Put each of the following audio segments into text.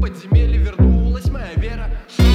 подземелья вернулась моя вера.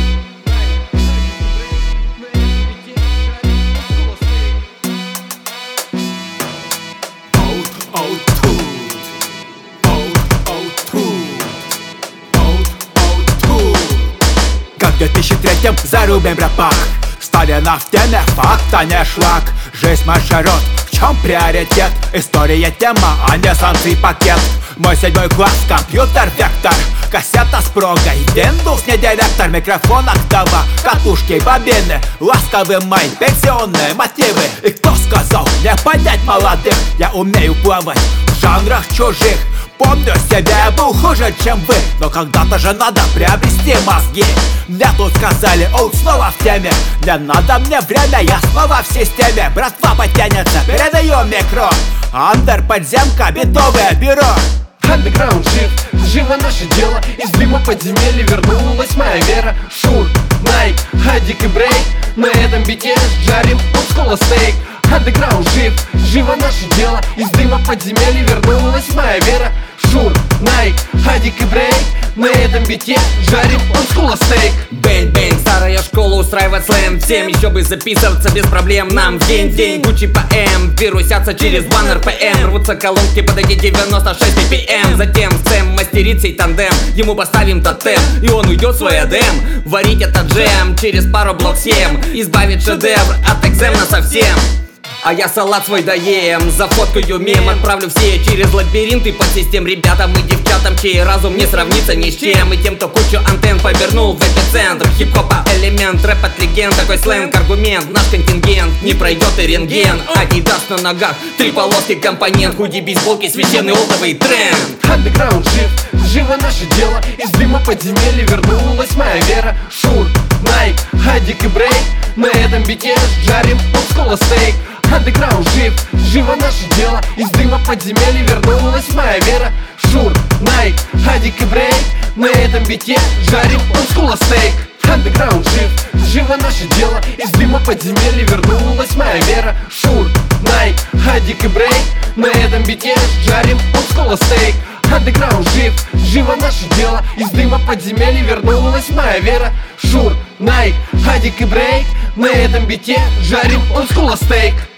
Как в 2003-м зарубим рапах, Сталина в теме, факт, а не шлак. Жизнь маршрут, в чем приоритет? История тема, а не санкций пакет. Мой 7 класс, компьютер, вектор, кассета с прогой, Windows не директор, микрофон, октава, катушки, бобины, ласковый май, пенсионные мотивы. И кто сказал не понять молодых? Я умею плавать в жанрах чужих. Помню себя, я был хуже, чем вы, но когда-то же надо приобрести мозги. Мне тут сказали, оу, снова в теме. Не надо мне время, я снова в системе. Братва потянется, передаем микро. Андер, подземка, битовое бюро. Андеграунд жив, живо наше дело. Из дыма подземелья вернулась моя вера. Шур, Найк, Хадик и Брейк. На этом бите жарим олдскула стейк. Андеграунд жив, живо наше дело. Из дыма подземелья вернулась моя вера. Шур, Найк, Хадик и Брейк. На этом бите жарим олдскула стейк. Бэнг-бэнг, старая школа устраивает слэм. Всем еще бы записываться без проблем. Нам в день Гуччи по М. Вирусятся через баннер ПМ. Рвутся колонки под эти 96 BPM. Затем Сэм мастерит сей тандем. Ему поставим тотем, и он уйдет в свой Эдем. Варить этот джем через пару блок 7. Избавит шедевр от экземна совсем. А я салат свой доем, зафоткаю мем. Отправлю все через лабиринты под систем. Ребятам и девчатам, чей разум не сравнится ни с чем. И тем, кто кучу антенн повернул в эпицентр хип-хопа элемент, рэп от легенд. Такой сленг, аргумент, наш контингент не пройдет и рентген. Адидас на ногах, 3 полоски компонент. Худи, бейсболки, священный олдовый тренд. Андеграунд жив, живо наше дело. Из дыма подземелья вернулась моя вера. Шур, Найк, Хадик и Брейк. На этом бите жарим олдскула стейк. Андеграунд жив, живо наше дело. Из дыма подземелья вернулась моя вера. Шур, Найк, Хадик и Брейк. На этом бите жарим олдскула стейк. Андеграунд жив, живо наше дело. Из дыма подземелья вернулась моя вера. Шур, Найк, Хадик и Брейк. На этом бите жарим олдскула стейк. Андеграунд жив, живо наше дело. Из дыма подземелья вернулась моя вера. Шур, Найк, Хадик и Брейк. На этом бите жарим олдскула стейк.